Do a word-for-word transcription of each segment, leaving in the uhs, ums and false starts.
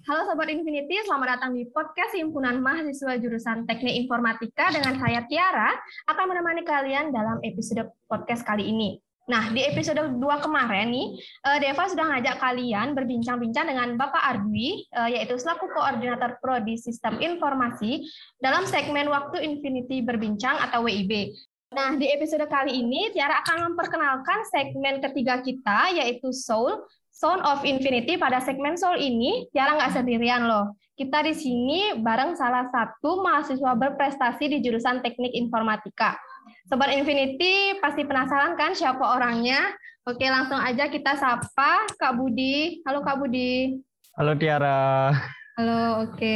Halo Sobat Infinity, selamat datang di podcast Himpunan Mahasiswa Jurusan Teknik Informatika dengan saya Tiara akan menemani kalian dalam episode podcast kali ini. Nah, di episode dua kemarin nih, Deva sudah ngajak kalian berbincang-bincang dengan Bapak Ardwi, yaitu selaku koordinator Prodi Sistem Informasi dalam segmen Waktu Infinity Berbincang atau W I B. Nah, di episode kali ini, Tiara akan memperkenalkan segmen ketiga kita, yaitu Soul, Sound of Infinity. Pada segmen Soul ini, Tiara nggak sendirian loh. Kita di sini bareng salah satu mahasiswa berprestasi di jurusan Teknik Informatika. Sobat Infinity pasti penasaran kan siapa orangnya? Oke, langsung aja kita sapa Kak Budi. Halo Kak Budi. Halo Tiara. Halo, oke.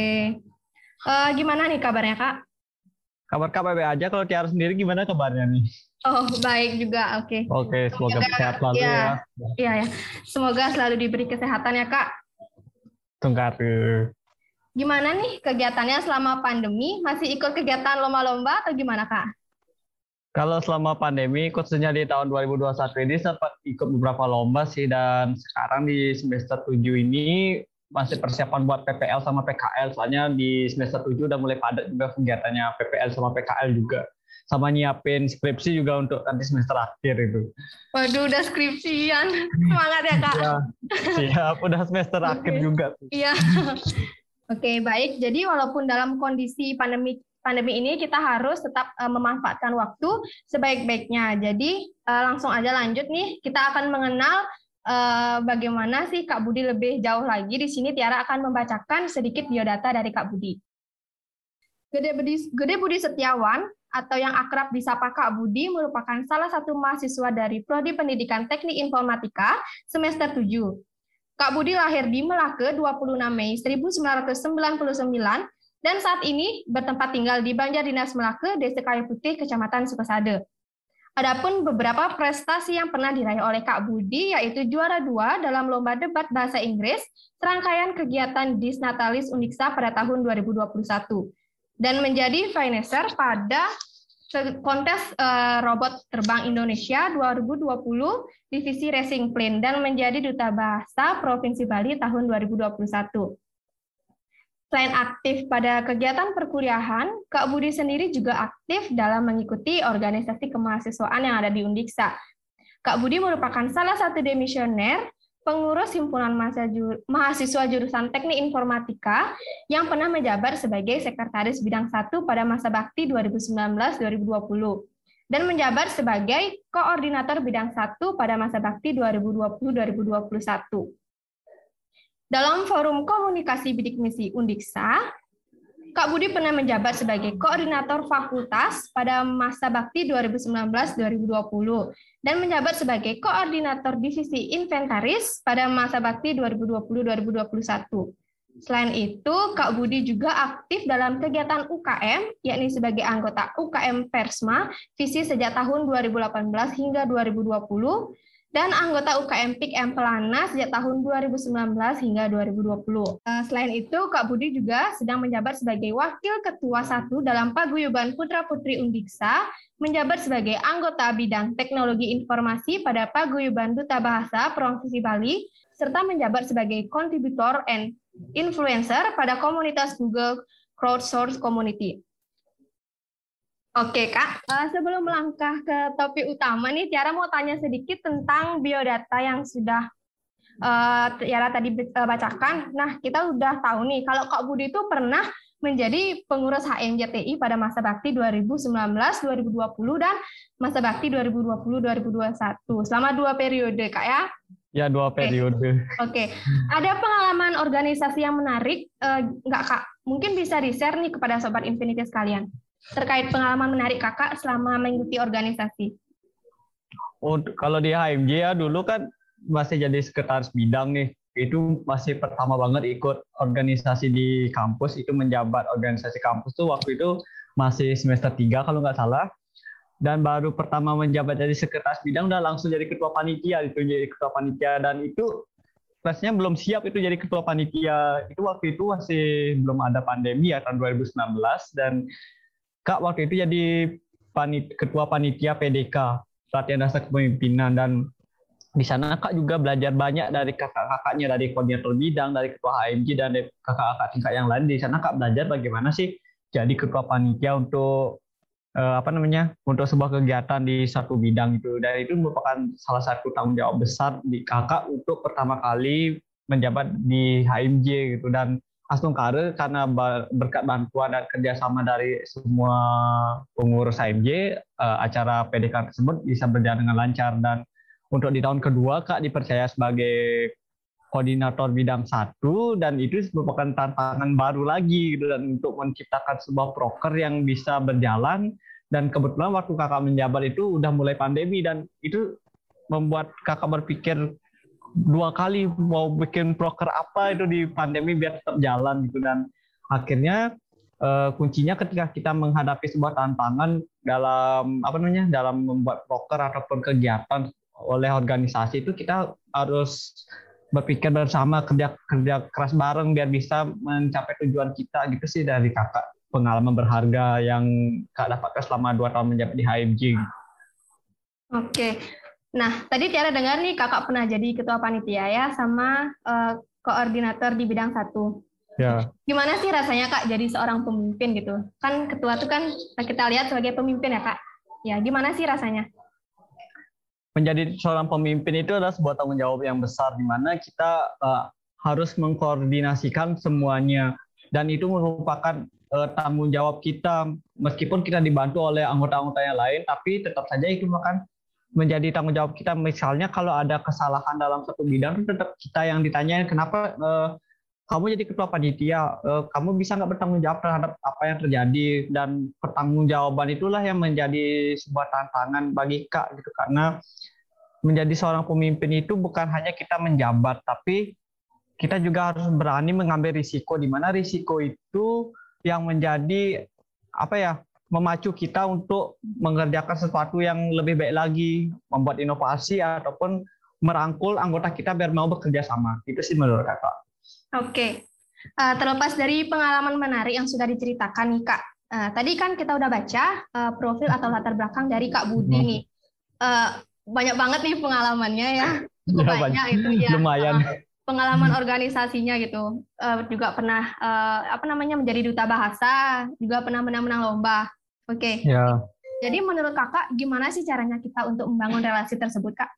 Uh, gimana nih kabarnya Kak? Kabar Kak baik aja. Kalau Tiara sendiri gimana kabarnya nih? Oh, baik juga. Oke. Okay. Oke, okay, semoga sehat selalu ya. Iya, ya. ya. Semoga selalu diberi kesehatan ya, Kak. Tunggu. Gimana nih kegiatannya selama pandemi? Masih ikut kegiatan lomba-lomba atau gimana, Kak? Kalau selama pandemi, khususnya di tahun dua ribu dua puluh satu ini sempat ikut beberapa lomba sih, dan sekarang di semester tujuh ini masih persiapan buat P P L sama P K L, soalnya di semester tujuh udah mulai padat juga kegiatannya P P L sama P K L juga. Sama nyiapin skripsi juga untuk nanti semester akhir itu. Waduh, udah skripsian. Semangat ya, Kak. Ya, siap, udah semester okay. akhir juga. Iya. Oke, okay, baik. Jadi walaupun dalam kondisi pandemi pandemi ini kita harus tetap uh, memanfaatkan waktu sebaik-baiknya. Jadi uh, langsung aja lanjut nih. Kita akan mengenal uh, bagaimana sih Kak Budi lebih jauh lagi. Di sini Tiara akan membacakan sedikit biodata dari Kak Budi. Gede Budi, Gede Budi Setiawan atau yang akrab disapa Kak Budi merupakan salah satu mahasiswa dari Prodi Pendidikan Teknik Informatika semester tujuh. Kak Budi lahir di Melake dua puluh enam Mei seribu sembilan ratus sembilan puluh sembilan dan saat ini bertempat tinggal di Banjardinas Melake, Desa Kayu Putih, Kecamatan Sukasade. Adapun beberapa prestasi yang pernah diraih oleh Kak Budi yaitu juara dua dalam lomba debat bahasa Inggris, serangkaian kegiatan Disnatalis Undiksa pada tahun dua ribu dua puluh satu. Dan menjadi finisher pada kontes uh, robot terbang Indonesia dua ribu dua puluh divisi Racing Plane dan menjadi duta bahasa Provinsi Bali tahun dua ribu dua puluh satu. Selain aktif pada kegiatan perkuliahan, Kak Budi sendiri juga aktif dalam mengikuti organisasi kemahasiswaan yang ada di Undiksa. Kak Budi merupakan salah satu demisioner pengurus himpunan mahasiswa jurusan Teknik Informatika yang pernah menjabat sebagai sekretaris bidang satu pada masa bakti dua ribu sembilan belas dua ribu dua puluh dan menjabat sebagai koordinator bidang satu pada masa bakti dua ribu dua puluh dua ribu dua puluh satu. Dalam forum komunikasi bidik misi Undiksa, Kak Budi pernah menjabat sebagai koordinator fakultas pada masa bakti dua ribu sembilan belas dua ribu dua puluh dan menjabat sebagai koordinator divisi inventaris pada masa bakti dua ribu dua puluh dua ribu dua puluh satu. Selain itu, Kak Budi juga aktif dalam kegiatan U K M, yakni sebagai anggota U K M Persma, visi sejak tahun dua ribu delapan belas hingga dua ribu dua puluh, dan anggota U K M P I K M Pelana sejak tahun dua ribu sembilan belas hingga dua ribu dua puluh. Selain itu, Kak Budi juga sedang menjabat sebagai Wakil Ketua satu dalam Paguyuban Putra-Putri Undiksa, menjabat sebagai anggota bidang Teknologi Informasi pada Paguyuban Duta Bahasa Provinsi Bali, serta menjabat sebagai kontributor and influencer pada komunitas Google Crowdsource Community. Oke Kak, sebelum melangkah ke topik utama nih, Tiara mau tanya sedikit tentang biodata yang sudah uh, Tiara tadi bacakan. Nah, kita udah tahu nih, kalau Kak Budi itu pernah menjadi pengurus H M J T I pada masa bakti dua ribu sembilan belas dua ribu dua puluh dan masa bakti dua ribu dua puluh dua ribu dua puluh satu. Selama dua periode, Kak ya? Ya, dua periode. Oke, Oke. Ada pengalaman organisasi yang menarik, uh, nggak Kak? Mungkin bisa di-share nih kepada Sobat Infinity sekalian terkait pengalaman menarik Kakak selama mengikuti organisasi. Oh, kalau di H M J ya dulu kan masih jadi sekretaris bidang nih. Itu masih pertama banget ikut organisasi di kampus, itu menjabat organisasi kampus tuh waktu itu masih semester tiga kalau nggak salah. Dan baru pertama menjabat jadi sekretaris bidang udah langsung jadi ketua panitia, itu jadi ketua panitia dan itu kelasnya belum siap itu jadi ketua panitia. Itu waktu itu masih belum ada pandemi ya tahun dua ribu sembilan belas dan Kak waktu itu jadi panit, ketua panitia P D K, pelatihan dasar kepemimpinan, dan di sana kak juga belajar banyak dari kakak-kakaknya, dari koordinator bidang, dari ketua H M J dan dari kakak-kakak tingkat yang lain. Di sana kak belajar bagaimana sih jadi ketua panitia untuk eh, apa namanya untuk sebuah kegiatan di satu bidang itu. Dan itu merupakan salah satu tanggung jawab besar di kakak untuk pertama kali menjabat di H M J gitu. Dan langsung kare karena berkat bantuan dan kerjasama dari semua pengurus H M J, eh, acara P D K tersebut bisa berjalan dengan lancar. Dan untuk di tahun kedua kak dipercaya sebagai koordinator bidang satu, dan itu merupakan tantangan baru lagi gitu, dan untuk menciptakan sebuah proker yang bisa berjalan. Dan kebetulan waktu kakak menjabat itu udah mulai pandemi, dan itu membuat kakak berpikir dua kali mau bikin proker apa itu di pandemi biar tetap jalan gitu. Dan akhirnya uh, kuncinya ketika kita menghadapi sebuah tantangan dalam apa namanya dalam membuat proker ataupun kegiatan oleh organisasi itu, kita harus berpikir bersama, kerja kerja keras bareng biar bisa mencapai tujuan kita gitu sih dari kakak, pengalaman berharga yang kak dapatkan selama dua tahun menjabat di H M J. Oke, nah tadi Tiara dengar nih kakak pernah jadi ketua panitia ya sama uh, koordinator di bidang satu. Ya. Gimana sih rasanya kak jadi seorang pemimpin gitu? Kan ketua tuh kan kita lihat sebagai pemimpin ya kak. Ya gimana sih rasanya? Menjadi seorang pemimpin itu adalah sebuah tanggung jawab yang besar, di mana kita uh, harus mengkoordinasikan semuanya, dan itu merupakan uh, tanggung jawab kita. Meskipun kita dibantu oleh anggota-anggota yang lain, tapi tetap saja itu akan menjadi tanggung jawab kita. Misalnya kalau ada kesalahan dalam satu bidang, tetap kita yang ditanyain, kenapa uh, kamu jadi ketua panitia, uh, kamu bisa nggak bertanggung jawab terhadap apa yang terjadi. Dan pertanggungjawaban itulah yang menjadi sebuah tantangan bagi kak gitu, karena menjadi seorang pemimpin itu bukan hanya kita menjabat, tapi kita juga harus berani mengambil risiko, di mana risiko itu yang menjadi apa ya memacu kita untuk mengerjakan sesuatu yang lebih baik lagi, membuat inovasi ataupun merangkul anggota kita biar mau bekerja sama. Itu sih menurut kakak. Oke, uh, terlepas dari pengalaman menarik yang sudah diceritakan nih kak, uh, tadi kan kita udah baca uh, profil atau latar belakang dari Kak Budi nih. Uh, banyak banget nih pengalamannya ya, cukup ya, banyak itu ya. Lumayan. Uh, pengalaman organisasinya gitu, uh, juga pernah uh, apa namanya menjadi duta bahasa, juga pernah menang-menang lomba. Oke. Okay. Ya. Jadi menurut kakak gimana sih caranya kita untuk membangun relasi tersebut kak?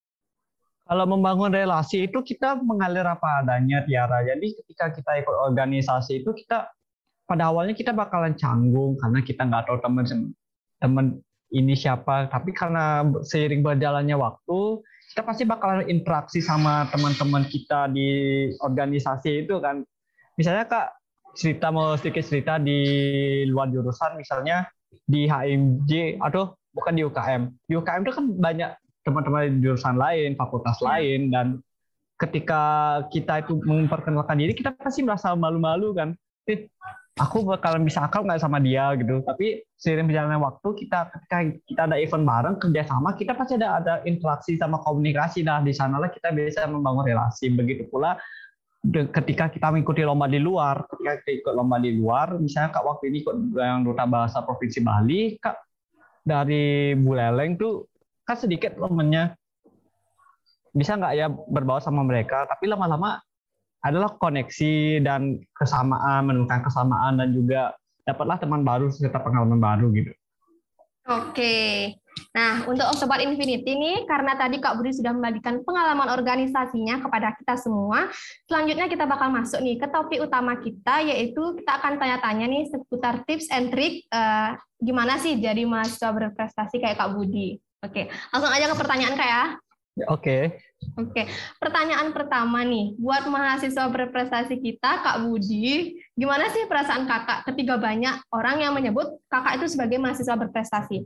Kalau membangun relasi itu kita mengalir apa adanya, Tiara. Jadi ketika kita ikut organisasi itu, kita pada awalnya kita bakalan canggung karena kita nggak tahu teman-teman ini siapa. Tapi karena seiring berjalannya waktu, kita pasti bakalan interaksi sama teman-teman kita di organisasi itu kan. Misalnya kak cerita mau sedikit cerita di luar jurusan, misalnya di H M J atau bukan di U K M. Di U K M itu kan banyak teman-teman di jurusan lain, fakultas lain, dan ketika kita itu memperkenalkan diri, kita pasti merasa malu-malu kan. Eh, aku bakalan bisa akrab nggak sama dia gitu. Tapi seiring berjalannya waktu, kita ketika kita ada event bareng, kerjasama, kita pasti ada ada interaksi sama komunikasi. Nah di sanalah kita bisa membangun relasi. Begitu pula ketika kita mengikuti lomba di luar, ketika kita ikut lomba di luar, misalnya kak waktu ini ikut yang duta bahasa provinsi Bali, kak dari Buleleng tuh kan sedikit temennya, bisa nggak ya berbaur sama mereka, tapi lama-lama adalah koneksi dan kesamaan, menemukan kesamaan, dan juga dapatlah teman baru serta pengalaman baru gitu. Oke, nah untuk Sobat Infinity nih, karena tadi Kak Budi sudah membagikan pengalaman organisasinya kepada kita semua, selanjutnya kita bakal masuk nih ke topik utama kita, yaitu kita akan tanya-tanya nih seputar tips and trick uh, gimana sih jadi mahasiswa berprestasi kayak Kak Budi. Oke, langsung aja ke pertanyaan Kak ya. Oke. Oke, pertanyaan pertama nih, buat mahasiswa berprestasi kita, Kak Budi, gimana sih perasaan kakak ketika banyak orang yang menyebut kakak itu sebagai mahasiswa berprestasi?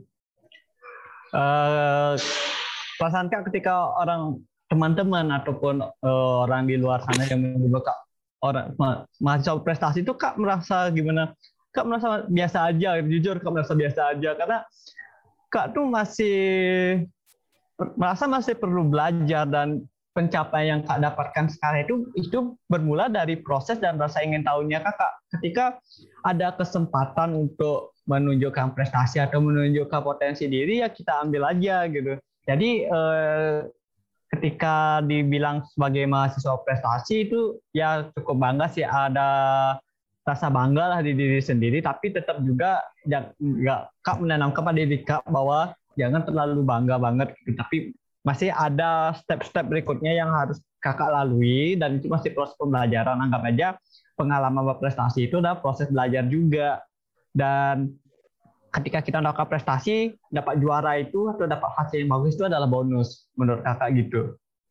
Uh, perasaan kak ketika orang teman-teman ataupun uh, orang di luar sana yang menyebut kak orang ma mahasiswa berprestasi itu, kak merasa gimana? Kak merasa biasa aja, jujur kak merasa biasa aja, karena kak tuh masih merasa masih perlu belajar, dan pencapaian yang kak dapatkan sekarang itu itu bermula dari proses dan rasa ingin tahunya kakak. Ketika ada kesempatan untuk menunjukkan prestasi atau menunjukkan potensi diri, ya kita ambil aja gitu. Jadi eh, ketika dibilang sebagai mahasiswa prestasi itu ya cukup bangga sih, ada rasa bangga lah di diri sendiri, tapi tetap juga nggak Kak menanamkan pada diri Kak bahwa jangan terlalu bangga banget gitu. Tapi masih ada step-step berikutnya yang harus Kakak lalui, dan itu masih proses pembelajaran. Anggap aja pengalaman berprestasi itu udah proses belajar juga. Dan ketika kita melakukan prestasi, dapat juara itu atau dapat hasil yang bagus itu adalah bonus menurut Kakak gitu.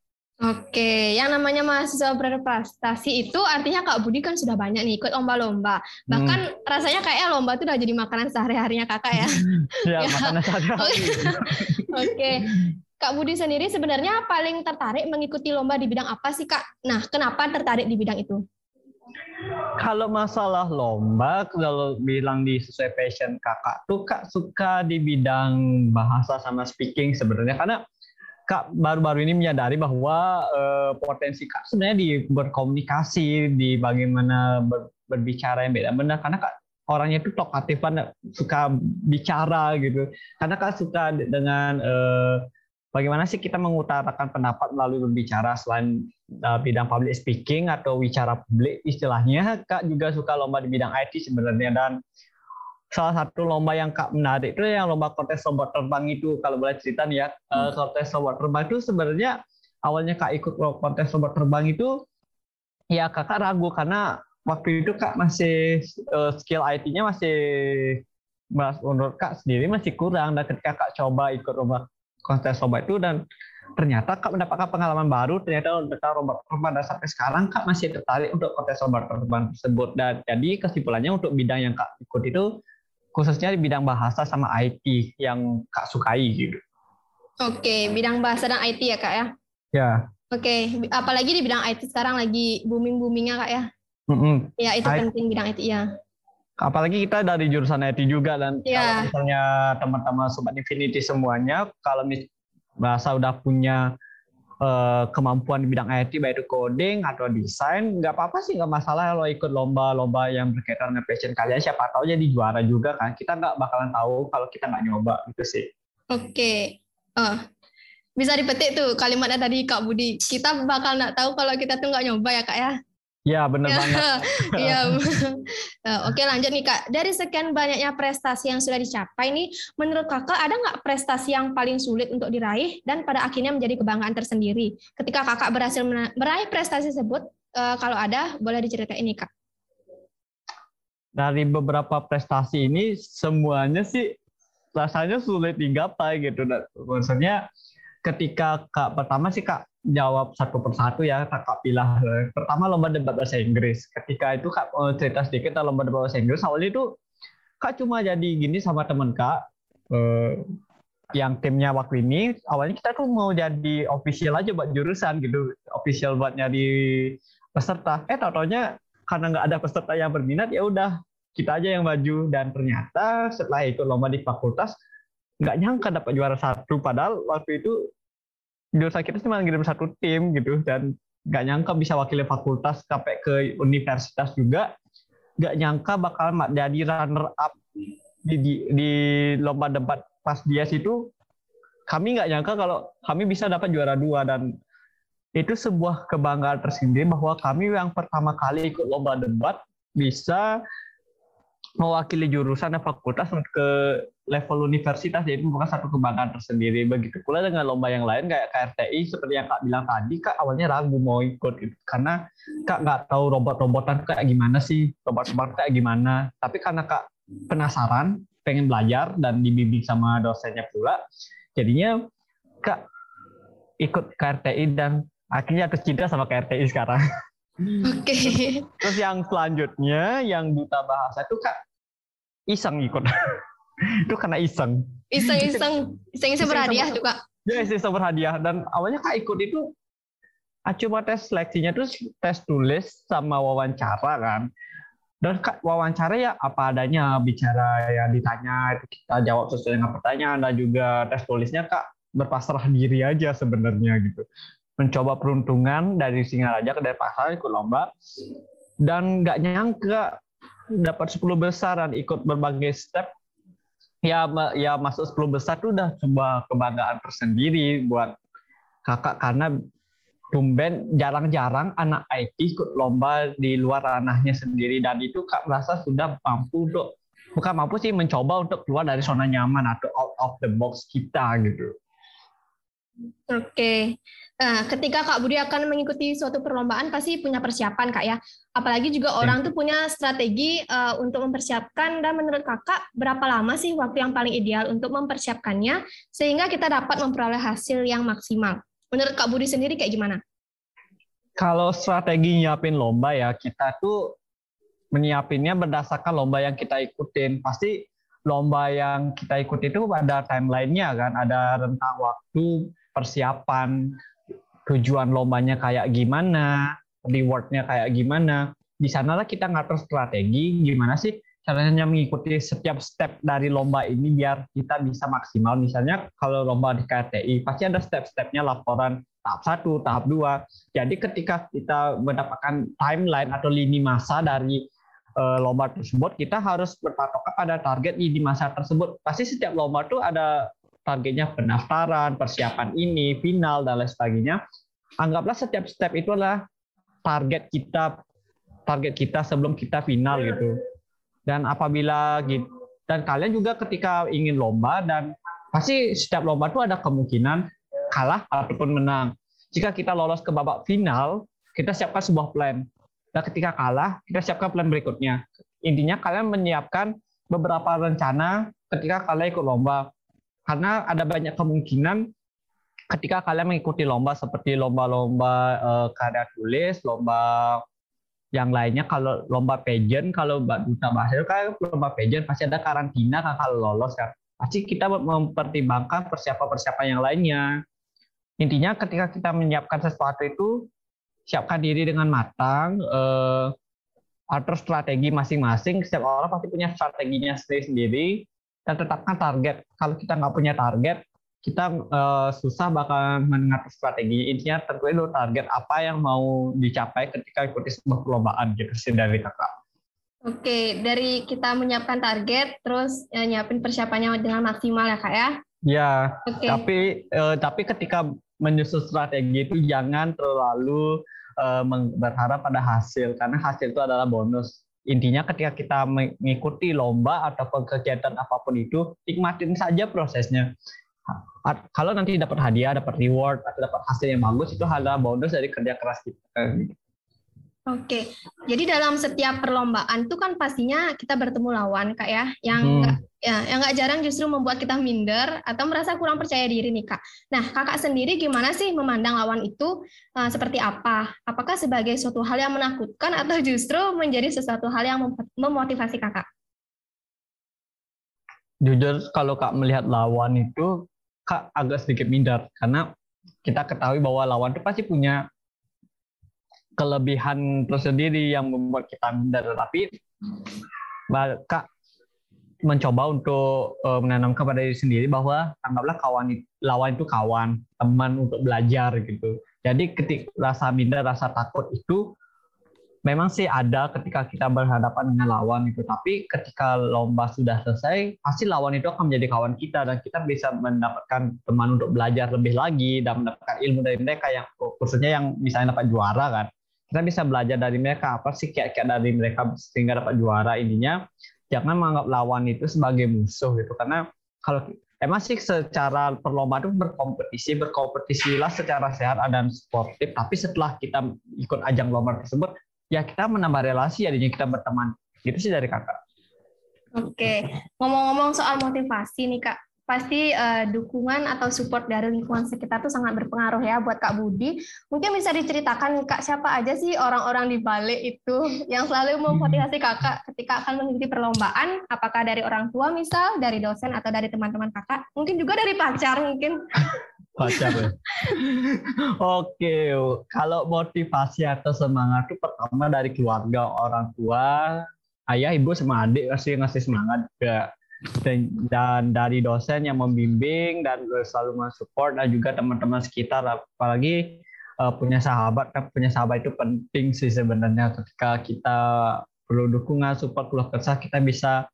Oke, yang namanya mahasiswa berprestasi itu artinya Kak Budi kan sudah banyak nih ikut lomba-lomba. Bahkan hmm. rasanya kayaknya lomba itu udah jadi makanan sehari-harinya Kakak ya. Ya, ya. Makanan sehari-hari. Oke. Kak Budi sendiri sebenarnya paling tertarik mengikuti lomba di bidang apa sih, Kak? Nah, kenapa tertarik di bidang itu? Kalau masalah lomba, kalau bilang di sesuai passion Kakak tuh, Kak suka di bidang bahasa sama speaking sebenarnya, karena Kak baru-baru ini menyadari bahwa uh, potensi Kak sebenarnya di berkomunikasi, di bagaimana ber, berbicara yang beda-beda, karena Kak orangnya itu talkatif kan, suka bicara gitu. Karena Kak suka dengan uh, bagaimana sih kita mengutarakan pendapat melalui berbicara, selain uh, bidang public speaking atau wicara publik istilahnya. Kak juga suka lomba di bidang I T sebenarnya, dan salah satu lomba yang Kak menarik itu yang lomba kontes lomba terbang itu. Kalau boleh cerita nih ya, hmm. kontes lomba terbang itu sebenarnya awalnya Kak ikut kontes lomba terbang itu ya Kakak ragu karena waktu itu Kak masih uh, skill I T-nya masih menurut Kak sendiri masih kurang, dan ketika Kak coba ikut lomba kontes lomba itu dan ternyata Kak mendapatkan pengalaman baru, ternyata untuk lomba terbang, dan sampai sekarang Kak masih tertarik untuk kontes lomba terbang tersebut. Dan jadi kesimpulannya untuk bidang yang Kak ikut itu khususnya di bidang bahasa sama I T yang Kak sukai gitu. Oke, bidang bahasa dan I T ya Kak ya? Ya. Oke, apalagi di bidang I T sekarang lagi booming-boomingnya Kak ya? Mm-hmm. Ya, itu I- penting bidang I T ya. Apalagi kita dari jurusan I T juga, dan ya. Kalau misalnya teman-teman Sobat Infinity semuanya, kalau mis- bahasa udah punya uh, kemampuan di bidang I T, baik itu coding atau desain, nggak apa-apa sih, nggak masalah kalau ikut lomba-lomba yang berkaitan dengan passion kalian. Siapa tahu jadi juara juga kan. Kita nggak bakalan tahu kalau kita nggak nyoba gitu sih. Oke, uh, bisa dipetik tuh kalimatnya tadi Kak Budi. Kita bakal nggak tahu kalau kita tuh nggak nyoba ya Kak ya. Ya benar banget. Iya. Oke, lanjut nih Kak. Dari sekian banyaknya prestasi yang sudah dicapai nih, menurut Kakak ada nggak prestasi yang paling sulit untuk diraih dan pada akhirnya menjadi kebanggaan tersendiri? Ketika Kakak berhasil meraih prestasi tersebut, uh, kalau ada boleh diceritain nih Kak. Dari beberapa prestasi ini semuanya sih rasanya sulit digapai gitu. Maksudnya ketika Kak pertama sih Kak jawab satu persatu ya, Kak pilih. Pertama lomba debat bahasa Inggris. Ketika itu Kak mau cerita sedikit tentang lomba debat bahasa Inggris. Awalnya itu Kak cuma jadi gini sama teman Kak eh, yang timnya waktu ini. Awalnya kita tuh mau jadi official aja buat jurusan gitu, official buat nyari peserta. Eh tau-taunya karena nggak ada peserta yang berminat, ya udah kita aja yang maju. Dan ternyata setelah ikut lomba di fakultas nggak nyangka dapat juara satu, padahal waktu itu jurusan kita cuma ngirim satu tim gitu, dan nggak nyangka bisa wakili fakultas sampai ke universitas juga. Nggak nyangka bakal jadi runner up di, di, di lomba debat pas dia situ. Kami nggak nyangka kalau kami bisa dapat juara dua, dan itu sebuah kebanggaan tersendiri bahwa kami yang pertama kali ikut lomba debat bisa mewakili jurusan dan fakultas ke level universitas. Jadi bukan satu kebanggaan tersendiri. Begitu pula dengan lomba yang lain kayak K R T I, seperti yang Kak bilang tadi, Kak awalnya ragu mau ikut gitu, karena Kak nggak tahu robot-robotan kayak gimana sih, robot-robot kayak gimana. Tapi karena Kak penasaran, pengen belajar dan dibimbing sama dosennya pula, jadinya Kak ikut K R T I dan akhirnya tercinta sama K R T I sekarang. Oke. Okay. Terus yang selanjutnya yang duta bahasa itu Kak iseng ikut. Itu karena iseng. Iseng-iseng, iseng-iseng berhadiah tuh Kak. Ya, iseng berhadiah. Dan awalnya Kak ikut itu cuma tes seleksinya terus tes tulis sama wawancara kan. Dan Kak wawancara ya apa adanya, bicara yang ditanya itu kita jawab sesuai dengan pertanyaan, dan juga tes tulisnya Kak berpasrah diri aja sebenarnya gitu. Mencoba peruntungan dari Singaraja ke Denpasar ikut lomba, dan nggak nyangka dapat sepuluh besar dan ikut berbagai step. Ya ya masuk sepuluh besar itu udah sebuah kebanggaan tersendiri buat kakak karena tumben jarang-jarang anak I T ikut lomba di luar ranahnya sendiri, dan itu kak merasa sudah mampu untuk, bukan mampu sih, mencoba untuk keluar dari zona nyaman atau out of the box kita gitu. Oke, nah, ketika Kak Budi akan mengikuti suatu perlombaan pasti punya persiapan Kak ya. Apalagi juga orang tuh punya strategi uh, untuk mempersiapkan, dan menurut Kakak berapa lama sih waktu yang paling ideal untuk mempersiapkannya sehingga kita dapat memperoleh hasil yang maksimal. Menurut Kak Budi sendiri kayak gimana? Kalau strategi nyiapin lomba ya, kita tuh menyiapinnya berdasarkan lomba yang kita ikutin. Pasti lomba yang kita ikuti itu ada timeline-nya kan, ada rentang waktu persiapan, tujuan lombanya kayak gimana, reward-nya kayak gimana. Di sanalah kita ngatur strategi gimana sih caranya mengikuti setiap step dari lomba ini biar kita bisa maksimal. Misalnya kalau lomba di K T I pasti ada step-stepnya, laporan tahap satu, tahap dua. Jadi ketika kita mendapatkan timeline atau lini masa dari uh, lomba tersebut, kita harus berpatokan pada target lini masa tersebut. Pasti setiap lomba itu ada targetnya, pendaftaran, persiapan ini, final, dan lain sebagainya. Anggaplah setiap step itu adalah target kita, target kita sebelum kita final gitu. Dan apabila gitu, dan kalian juga ketika ingin lomba, dan pasti setiap lomba itu ada kemungkinan kalah ataupun menang. Jika kita lolos ke babak final, kita siapkan sebuah plan. Dan ketika kalah, kita siapkan plan berikutnya. Intinya kalian menyiapkan beberapa rencana ketika kalian ikut lomba. Karena ada banyak kemungkinan ketika kalian mengikuti lomba seperti lomba-lomba uh, karya tulis, lomba yang lainnya, kalau lomba pageant, kalau duta bahasa itu kan lomba pageant pasti ada karantina kan kalau lolos kan. Pasti kita mempertimbangkan persiapan-persiapan yang lainnya. Intinya ketika kita menyiapkan sesuatu itu, siapkan diri dengan matang, uh, atur strategi masing-masing. Setiap orang pasti punya strateginya sendiri-sendiri. Dan tetapkan target. Kalau kita nggak punya target, kita uh, susah bakal mengatur strategi. Intinya tentuin dulu target apa yang mau dicapai ketika ikuti sebuah perlombaan gitu sih dari kakak. Oke, dari kita menyiapkan target, terus ya, nyiapin persiapannya dengan maksimal ya kak ya? Ya, okay. tapi uh, tapi ketika menyusun strategi itu jangan terlalu uh, berharap pada hasil, karena hasil itu adalah bonus. Intinya ketika kita mengikuti lomba ataupun kegiatan apapun itu, nikmatin saja prosesnya. Kalau nanti dapat hadiah, dapat reward, atau dapat hasil yang bagus, itu adalah bonus dari kerja keras kita. Oke, jadi dalam setiap perlombaan itu kan pastinya kita bertemu lawan kak ya, yang nggak hmm. ya, yang nggak jarang justru membuat kita minder atau merasa kurang percaya diri nih kak. Nah kakak sendiri gimana sih memandang lawan itu uh, seperti apa? Apakah sebagai suatu hal yang menakutkan atau justru menjadi sesuatu hal yang memotivasi kakak? Jujur kalau kak melihat lawan itu, kak agak sedikit minder karena kita ketahui bahwa lawan itu pasti punya kelebihan tersendiri yang membuat kita minder, tapi Kak mencoba untuk uh, menanamkan pada diri sendiri bahwa anggaplah kawan lawan itu kawan, teman untuk belajar gitu. Jadi ketika rasa minder, rasa takut itu memang sih ada ketika kita berhadapan dengan lawan itu, tapi ketika lomba sudah selesai, pasti lawan itu akan menjadi kawan kita dan kita bisa mendapatkan teman untuk belajar lebih lagi dan mendapatkan ilmu dari mereka, yang khususnya yang misalnya dapat juara kan. Kita bisa belajar dari mereka, apa sih kayak-kayak dari mereka sehingga dapat juara. Intinya jangan menganggap lawan itu sebagai musuh gitu, karena kalau emang sih secara perlombaan itu berkompetisi, berkompetisilah secara sehat dan sportif, tapi setelah kita ikut ajang lomba tersebut, ya kita menambah relasi, jadinya kita berteman. Gitu sih dari kakak. Oke, ngomong-ngomong soal motivasi nih kak, pasti uh, dukungan atau support dari lingkungan sekitar tuh sangat berpengaruh ya buat Kak Budi. Mungkin bisa diceritakan Kak, siapa aja sih orang-orang di balik itu yang selalu memotivasi kakak ketika akan mengikuti perlombaan? Apakah dari orang tua misal, dari dosen, atau dari teman-teman kakak? Mungkin juga dari pacar mungkin. Pacar ya? Oke, kalau motivasi atau semangat itu pertama dari keluarga, orang tua, ayah, ibu, sama adik pasti ngasih semangat juga. Dan, dan dari dosen yang membimbing dan selalu mensupport, dan juga teman-teman sekitar, apalagi uh, punya sahabat kan, punya sahabat itu penting sih sebenarnya. Ketika kita perlu dukungan, support, keluh kesah, kita bisa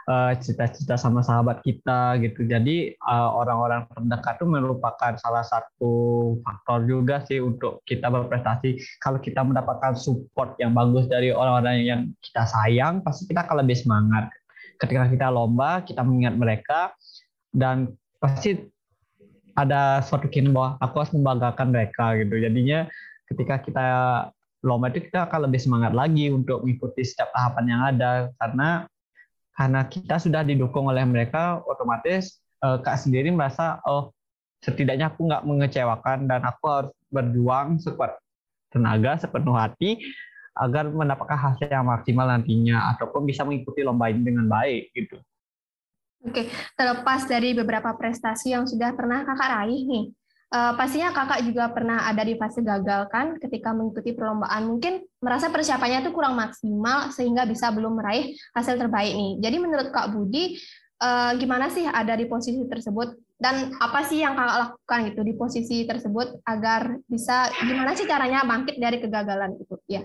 uh, cita-cita sama sahabat kita gitu. Jadi uh, orang-orang terdekat itu merupakan salah satu faktor juga sih untuk kita berprestasi. Kalau kita mendapatkan support yang bagus dari orang-orang yang kita sayang, pasti kita akan lebih semangat. Ketika kita lomba, kita mengingat mereka dan pasti ada suatu keinginan bahwa aku harus membanggakan mereka gitu. Jadinya ketika kita lomba itu kita akan lebih semangat lagi untuk mengikuti setiap tahapan yang ada karena karena kita sudah didukung oleh mereka, otomatis uh, Kak sendiri merasa oh setidaknya aku nggak mengecewakan dan aku harus berjuang sekuat tenaga, sepenuh hati agar mendapatkan hasil yang maksimal nantinya ataupun bisa mengikuti lomba ini dengan baik gitu. Oke, terlepas dari beberapa prestasi yang sudah pernah kakak raih nih, uh, pastinya kakak juga pernah ada di fase gagal kan ketika mengikuti perlombaan. Mungkin merasa persiapannya itu kurang maksimal sehingga bisa belum meraih hasil terbaik nih. Jadi menurut Kak Budi, uh, gimana sih ada di posisi tersebut? Dan apa sih yang kakak lakukan gitu di posisi tersebut agar bisa, gimana sih caranya bangkit dari kegagalan itu? Ya.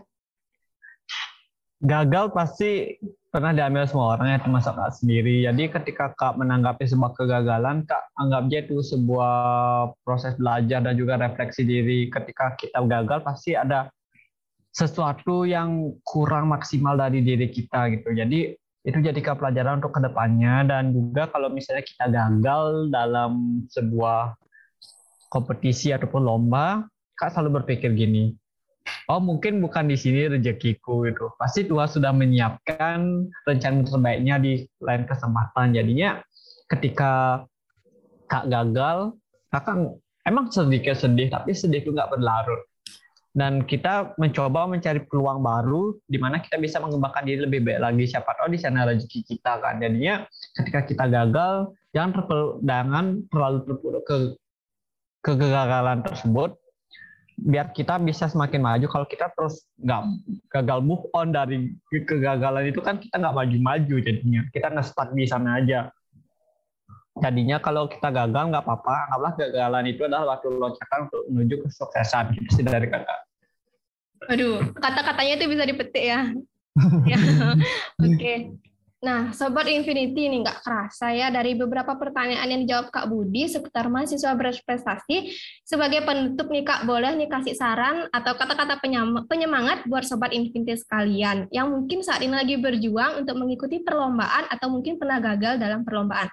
Gagal pasti pernah diambil semua orang ya, termasuk Kak sendiri. Jadi ketika Kak menanggapi sebuah kegagalan, Kak anggapnya itu sebuah proses belajar dan juga refleksi diri. Ketika kita gagal pasti ada sesuatu yang kurang maksimal dari diri kita gitu. Jadi itu jadikan pelajaran untuk kedepannya. Dan juga kalau misalnya kita gagal dalam sebuah kompetisi ataupun lomba, Kak selalu berpikir gini, oh mungkin bukan di sini rezekiku gitu. Pasti Tuhan sudah menyiapkan rencana terbaiknya di lain kesempatan. Jadinya ketika Kak gagal, Kakak emang sedikit sedih, tapi sedih itu nggak berlarut. Dan kita mencoba mencari peluang baru di mana kita bisa mengembangkan diri lebih baik lagi. Siapa tahu di sana rezeki kita kan. Jadinya ketika kita gagal, jangan terlalu, jangan terlalu terpuruk ke kegagalan tersebut. Biar kita bisa semakin maju. Kalau kita terus nggak gagal move on dari kegagalan itu kan kita nggak maju-maju jadinya. Kita nge-stuck di sana aja. Jadinya kalau kita gagal nggak apa-apa. Anggaplah kegagalan itu adalah batu loncatan untuk menuju kesuksesan. Gitu sih dari kakak. Aduh, kata-katanya itu bisa dipetik ya. Ya. Oke. Okay. Nah, Sobat Infinity ini nggak kerasa ya dari beberapa pertanyaan yang dijawab Kak Budi seputar mahasiswa berprestasi. Sebagai penutup nih Kak, boleh nih kasih saran atau kata-kata penyemangat buat Sobat Infinity sekalian yang mungkin saat ini lagi berjuang untuk mengikuti perlombaan atau mungkin pernah gagal dalam perlombaan.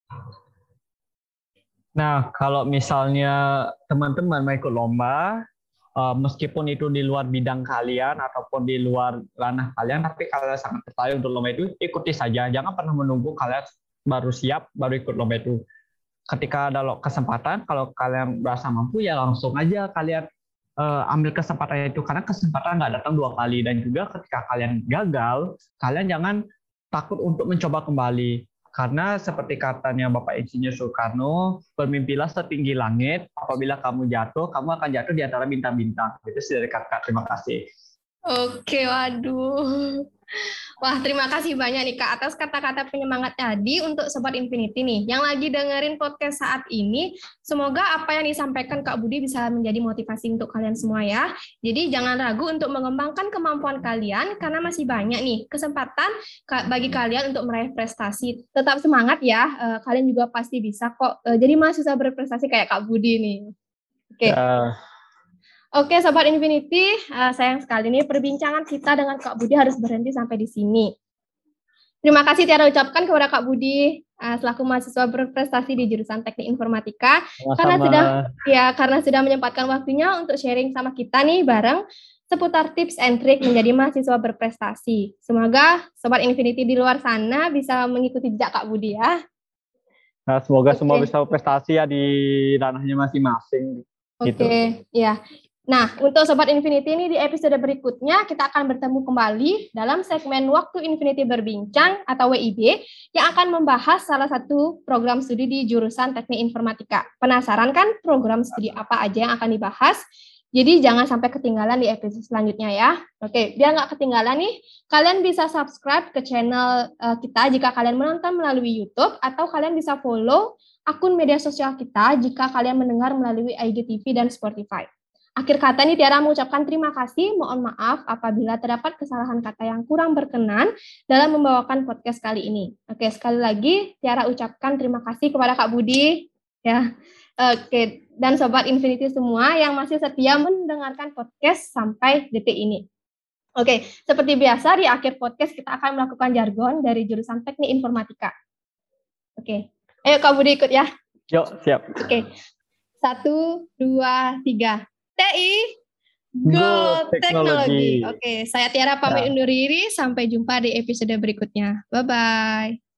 Nah, kalau misalnya teman-teman mau ikut lomba, Uh, meskipun itu di luar bidang kalian ataupun di luar ranah kalian, tapi kalian sangat tertarik untuk lomba itu, ikuti saja. Jangan pernah menunggu kalian baru siap, baru ikut lomba itu. Ketika ada kesempatan, kalau kalian merasa mampu, ya langsung aja kalian uh, ambil kesempatan itu. Karena kesempatan nggak datang dua kali. Dan juga ketika kalian gagal, kalian jangan takut untuk mencoba kembali. Karena seperti katanya Bapak Insinyur Soekarno, bermimpilah setinggi langit, apabila kamu jatuh, kamu akan jatuh di antara bintang-bintang. Itu sih dari kakak, terima kasih. Oke, waduh. Wah, terima kasih banyak nih Kak atas kata-kata penyemangat tadi untuk Sobat Infinity nih. Yang lagi dengerin podcast saat ini, semoga apa yang disampaikan Kak Budi bisa menjadi motivasi untuk kalian semua ya. Jadi jangan ragu untuk mengembangkan kemampuan kalian karena masih banyak nih kesempatan bagi kalian untuk meraih prestasi. Tetap semangat ya, kalian juga pasti bisa kok. Jadi mahasiswa berprestasi kayak Kak Budi nih. Oke. Uh. Oke, Sobat Infinity, uh, sayang sekali nih perbincangan kita dengan Kak Budi harus berhenti sampai di sini. Terima kasih Tiara ucapkan kepada Kak Budi uh, selaku mahasiswa berprestasi di jurusan Teknik Informatika. Sama-sama. Karena sudah ya karena sudah menyempatkan waktunya untuk sharing sama kita nih bareng seputar tips and trick menjadi mahasiswa berprestasi. Semoga Sobat Infinity di luar sana bisa mengikuti jejak Kak Budi ya. Nah, semoga okay. semua bisa berprestasi ya di ranahnya masing-masing. Oke, okay. gitu. Ya. Nah, untuk Sobat Infinity ini di episode berikutnya kita akan bertemu kembali dalam segmen Waktu Infinity Berbincang atau W I B yang akan membahas salah satu program studi di jurusan Teknik Informatika. Penasaran kan program studi apa aja yang akan dibahas? Jadi jangan sampai ketinggalan di episode selanjutnya ya. Oke, biar nggak ketinggalan nih, kalian bisa subscribe ke channel uh, kita jika kalian menonton melalui YouTube atau kalian bisa follow akun media sosial kita jika kalian mendengar melalui I G T V dan Spotify. Akhir kata nih Tiara mengucapkan terima kasih, mohon maaf apabila terdapat kesalahan kata yang kurang berkenan dalam membawakan podcast kali ini. Oke, sekali lagi Tiara ucapkan terima kasih kepada Kak Budi ya. Oke, dan Sobat Infinity semua yang masih setia mendengarkan podcast sampai detik ini. Oke, seperti biasa di akhir podcast kita akan melakukan jargon dari jurusan Teknik Informatika. Oke, ayo Kak Budi ikut ya. Yuk, siap. Oke, satu, dua, tiga. T I Go, Go Teknologi. Teknologi. Oke, saya Tiara pamit Ya. undur diri. Sampai jumpa di episode berikutnya. Bye-bye.